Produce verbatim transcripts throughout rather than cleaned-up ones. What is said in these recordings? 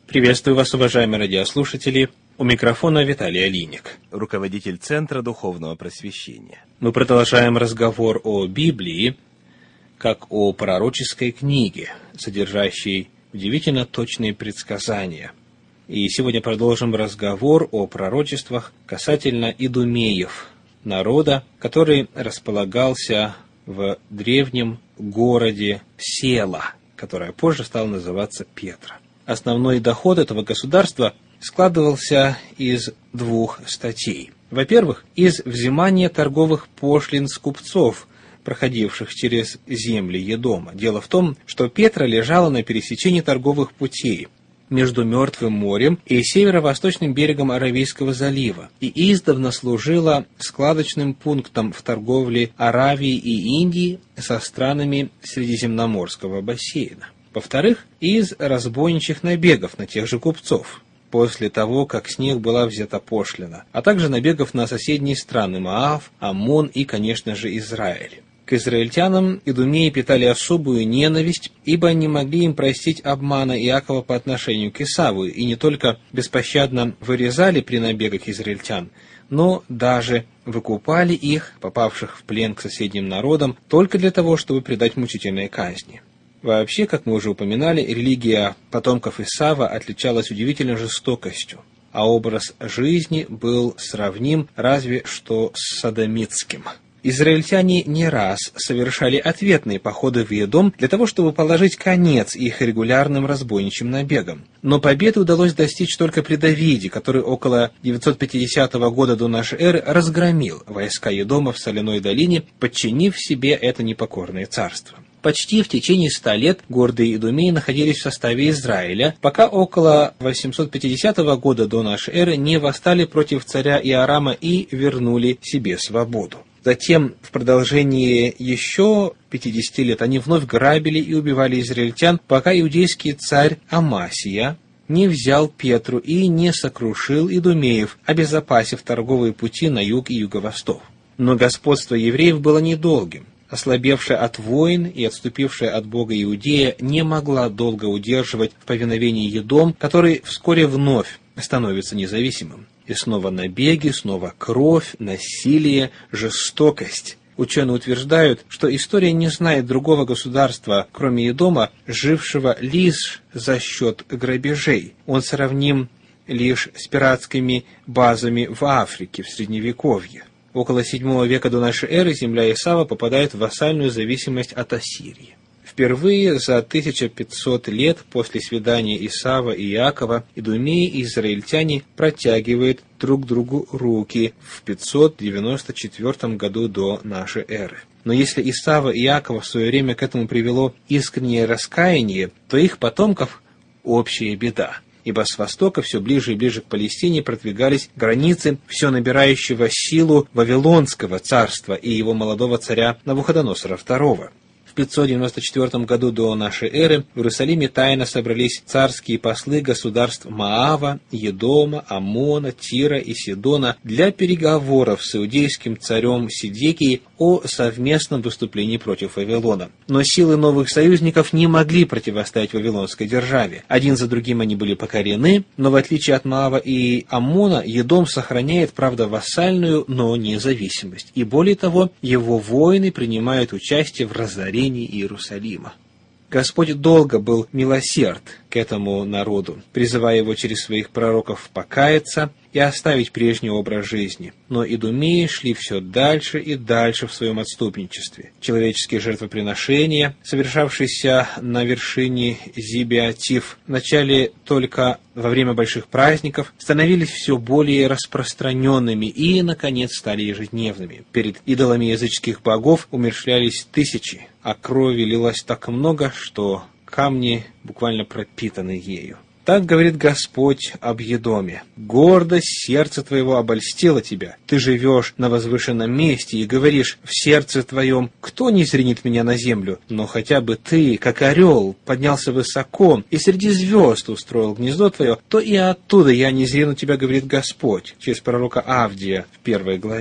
Приветствую вас, уважаемые радиослушатели. У микрофона Виталий Алиник, руководитель Центра Духовного Просвещения. Мы продолжаем разговор о Библии, как о пророческой книге, содержащей удивительно точные предсказания. И сегодня продолжим разговор о пророчествах касательно идумеев, народа, который располагался в древнем городе Села, которое позже стало называться Петра. Основной доход этого государства складывался из двух статей. Во-первых, из взимания торговых пошлин с купцов, проходивших через земли Едома. Дело в том, что Петра лежала на пересечении торговых путей между Мертвым морем и северо-восточным берегом Аравийского залива, и издавна служила складочным пунктом в торговле Аравии и Индии со странами Средиземноморского бассейна. Во-вторых, из разбойничьих набегов на тех же купцов, после того, как с них была взята пошлина, а также набегов на соседние страны Моав, Аммон и, конечно же, Израиль. К израильтянам идумеи питали особую ненависть, ибо не могли им простить обмана Иакова по отношению к Исаву, и не только беспощадно вырезали при набегах израильтян, но даже выкупали их, попавших в плен к соседним народам, только для того, чтобы предать мучительной казни. Вообще, как мы уже упоминали, религия потомков Исава отличалась удивительной жестокостью, а образ жизни был сравним разве что с содомитским. Израильтяне не раз совершали ответные походы в Едом для того, чтобы положить конец их регулярным разбойничьим набегам. Но победы удалось достичь только при Давиде, который около девятьсот пятидесятого года до нашей эры разгромил войска Едома в соляной долине, подчинив себе это непокорное царство. Почти в течение ста лет гордые идумеи находились в составе Израиля, пока около восемьсот пятидесятого года до нашей эры не восстали против царя Иорама и вернули себе свободу. Затем, в продолжении еще пятидесяти лет, они вновь грабили и убивали израильтян, пока иудейский царь Амасия не взял Петру и не сокрушил идумеев, обезопасив торговые пути на юг и юго-восток. Но господство евреев было недолгим. Ослабевшая от войн и отступившая от Бога Иудея не могла долго удерживать в повиновении Едом, который вскоре вновь становится независимым. И снова набеги, снова кровь, насилие, жестокость. Ученые утверждают, что история не знает другого государства, кроме Едома, жившего лишь за счет грабежей. Он сравним лишь с пиратскими базами в Африке в Средневековье. Около седьмого века до нашей эры земля Исава попадает в вассальную зависимость от Ассирии. Впервые за тысяча пятьсот лет после свидания Исава и Иакова идумеи и израильтяне протягивают друг другу руки в пятьсот девяносто четвёртом году до нашей эры. Но если Исава и Иакова в свое время к этому привело искреннее раскаяние, то их потомков общая беда. Ибо с востока все ближе и ближе к Палестине продвигались границы все набирающего силу Вавилонского царства и его молодого царя Навуходоносора второго. В пятьсот девяносто четвёртом году до нашей эры в Иерусалиме тайно собрались царские послы государств Моава, Едома, Аммона, Тира и Сидона для переговоров с иудейским царем Сидекией о совместном выступлении против Вавилона. Но силы новых союзников не могли противостоять вавилонской державе. Один за другим они были покорены, но в отличие от Моава и Аммона, Едом сохраняет, правда, вассальную, но независимость. И более того, его воины принимают участие в разорении Иерусалима. Господь долго был милосерд к этому народу, призывая его через своих пророков покаяться и оставить прежний образ жизни. Но идумеи шли все дальше и дальше в своем отступничестве. Человеческие жертвоприношения, совершавшиеся на вершине Зибеатив, вначале только во время больших праздников, становились все более распространенными и, наконец, стали ежедневными. Перед идолами языческих богов умерщвлялись тысячи, а крови лилось так много, что камни буквально пропитаны ею. Так говорит Господь об Едоме. «Гордость сердца твоего обольстила тебя. Ты живешь на возвышенном месте и говоришь в сердце твоем: кто не зринет меня на землю? Но хотя бы ты, как орел, поднялся высоко и среди звезд устроил гнездо твое, то и оттуда я не зрину тебя, говорит Господь», через пророка Авдия в первой главе.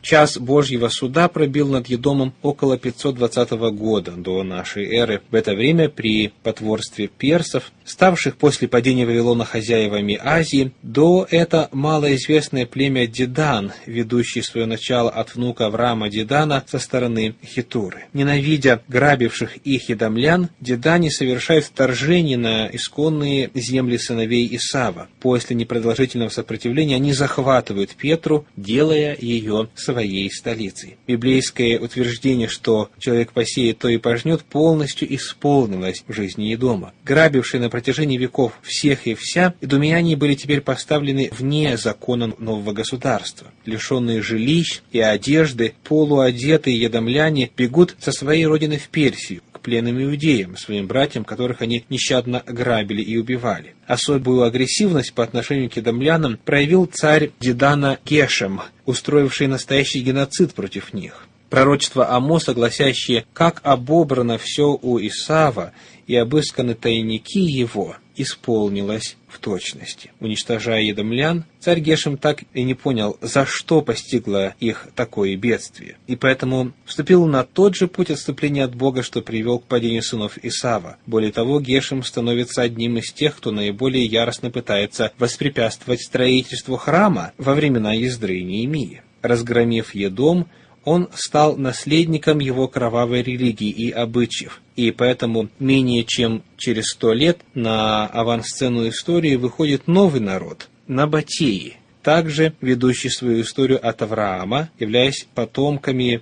Час Божьего суда пробил над Едомом около пятьсот двадцатого года до нашей эры. В это время при потворстве персов, ставших после падения Вавилона хозяевами Азии, до это малоизвестное племя Дедан, ведущее свое начало от внука Авраама Дедана со стороны Хетуры. Ненавидя грабивших их едомлян, Дедане совершают вторжение на исконные земли сыновей Исава. После непродолжительного сопротивления они захватывают Петру, делая ее своей столицей. Библейское утверждение, что человек посеет, то и пожнет, полностью исполнилось в жизни Едома. Грабившие на протяжении веков всех и вся, идумеяне были теперь поставлены вне закона нового государства. Лишенные жилищ и одежды, полуодетые едомляне бегут со своей родины в Персию, к пленным иудеям, своим братьям, которых они нещадно грабили и убивали. Особую агрессивность по отношению к едомлянам проявил царь Дедана Гешем, устроивший настоящий геноцид против них. Пророчество Амоса, гласящее: «Как обобрано все у Исава и обысканы тайники его», исполнилось в точности. Уничтожая едомлян, царь Гешем так и не понял, за что постигло их такое бедствие, и поэтому вступил на тот же путь отступления от Бога, что привел к падению сынов Исава. Более того, Гешем становится одним из тех, кто наиболее яростно пытается воспрепятствовать строительству храма во времена Ездры и Неемии. Разгромив Едом, он стал наследником его кровавой религии и обычаев, и поэтому менее чем через сто лет на авансцену истории выходит новый народ – набатеи, также ведущий свою историю от Авраама, являясь потомками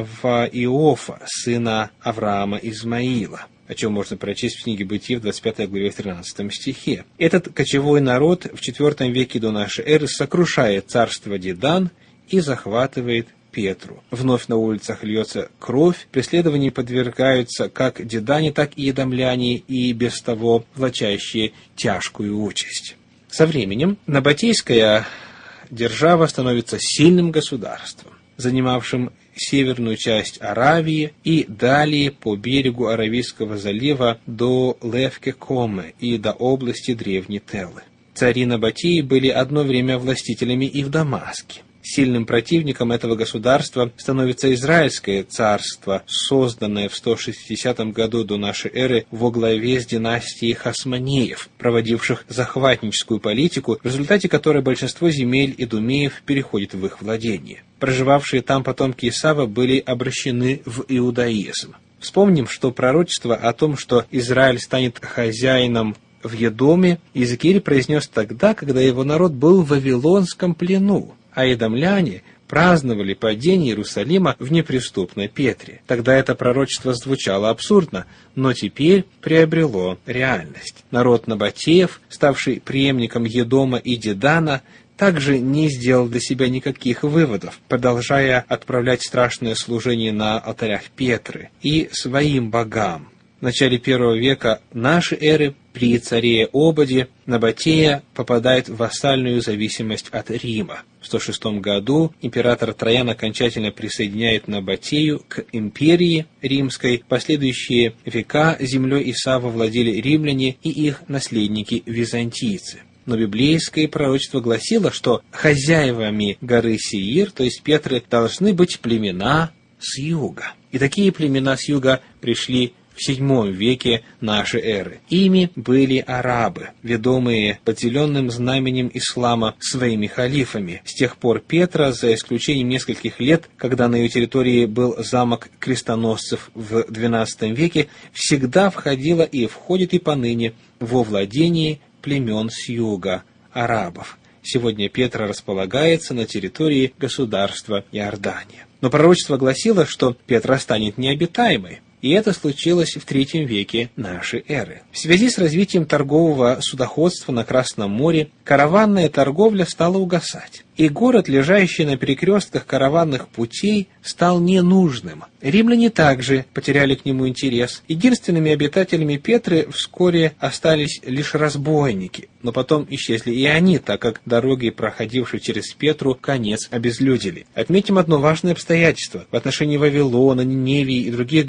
Наваиофа, сына Авраама Измаила, о чем можно прочесть в книге Бытие в двадцать пятой главе в тринадцатом стихе. Этот кочевой народ в четвёртом веке до нашей эры сокрушает царство Дедан и захватывает Петру. Вновь на улицах льется кровь, преследованию подвергаются как дедане, так и едомляне, и без того влачащие тяжкую участь. Со временем набатейская держава становится сильным государством, занимавшим северную часть Аравии и далее по берегу Аравийского залива до Левке-Коме и до области Древней Телы. Цари Набатеи были одно время властителями и в Дамаске. Сильным противником этого государства становится Израильское царство, созданное в сто шестидесятом году до нашей эры во главе с династией Хасмонеев, проводивших захватническую политику, в результате которой большинство земель идумеев переходит в их владение. Проживавшие там потомки Исава были обращены в иудаизм. Вспомним, что пророчество о том, что Израиль станет хозяином в Едоме, Иезекииль произнес тогда, когда его народ был в вавилонском плену, а едомляне праздновали падение Иерусалима в неприступной Петре. Тогда это пророчество звучало абсурдно, но теперь приобрело реальность. Народ Набатеев, ставший преемником Едома и Дедана, также не сделал для себя никаких выводов, продолжая отправлять страшное служение на алтарях Петры и своим богам. В начале первого века нашей эры при царе Обаде Набатея попадает в вассальную зависимость от Рима. В сто шестом году император Троян окончательно присоединяет Набатею к империи римской. Последующие века землей Исава владели римляне и их наследники-византийцы. Но библейское пророчество гласило, что хозяевами горы Сеир, то есть Петры, должны быть племена с юга. И такие племена с юга пришли в седьмом веке нашей эры. Ими были арабы, ведомые подзеленным знаменем ислама своими халифами. С тех пор Петра, за исключением нескольких лет, когда на ее территории был замок крестоносцев в двенадцатом веке, всегда входила и входит и поныне во владение племен с юга, арабов. Сегодня Петра располагается на территории государства Иордания. Но пророчество гласило, что Петра станет необитаемой. И это случилось в третьем веке нашей эры. В связи с развитием торгового судоходства на Красном море караванная торговля стала угасать. И город, лежащий на перекрестках караванных путей, стал ненужным. Римляне также потеряли к нему интерес. Единственными обитателями Петры вскоре остались лишь разбойники, но потом исчезли и они, так как дороги, проходившие через Петру, конец обезлюдили. Отметим одно важное обстоятельство. В отношении Вавилона, Ниневии и других городов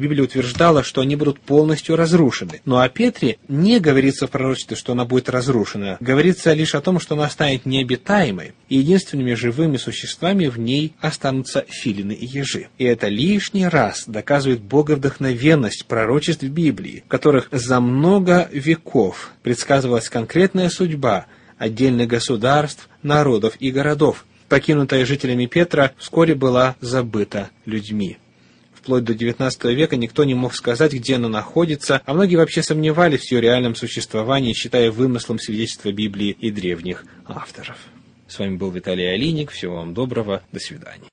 Библия утверждала, что они будут полностью разрушены. Но о Петре не говорится в пророчестве, что она будет разрушена. Говорится лишь о том, что она станет необитаемой, и единственными живыми существами в ней останутся филины и ежи. И это лишний раз доказывает боговдохновенность пророчеств Библии, в которых за много веков предсказывалась конкретная судьба отдельных государств, народов и городов. Покинутая жителями Петра вскоре была забыта людьми. Вплоть до девятнадцатого века никто не мог сказать, где она находится, а многие вообще сомневались в ее реальном существовании, считая вымыслом свидетельства Библии и древних авторов. С вами был Виталий Алиник. Всего вам доброго. До свидания.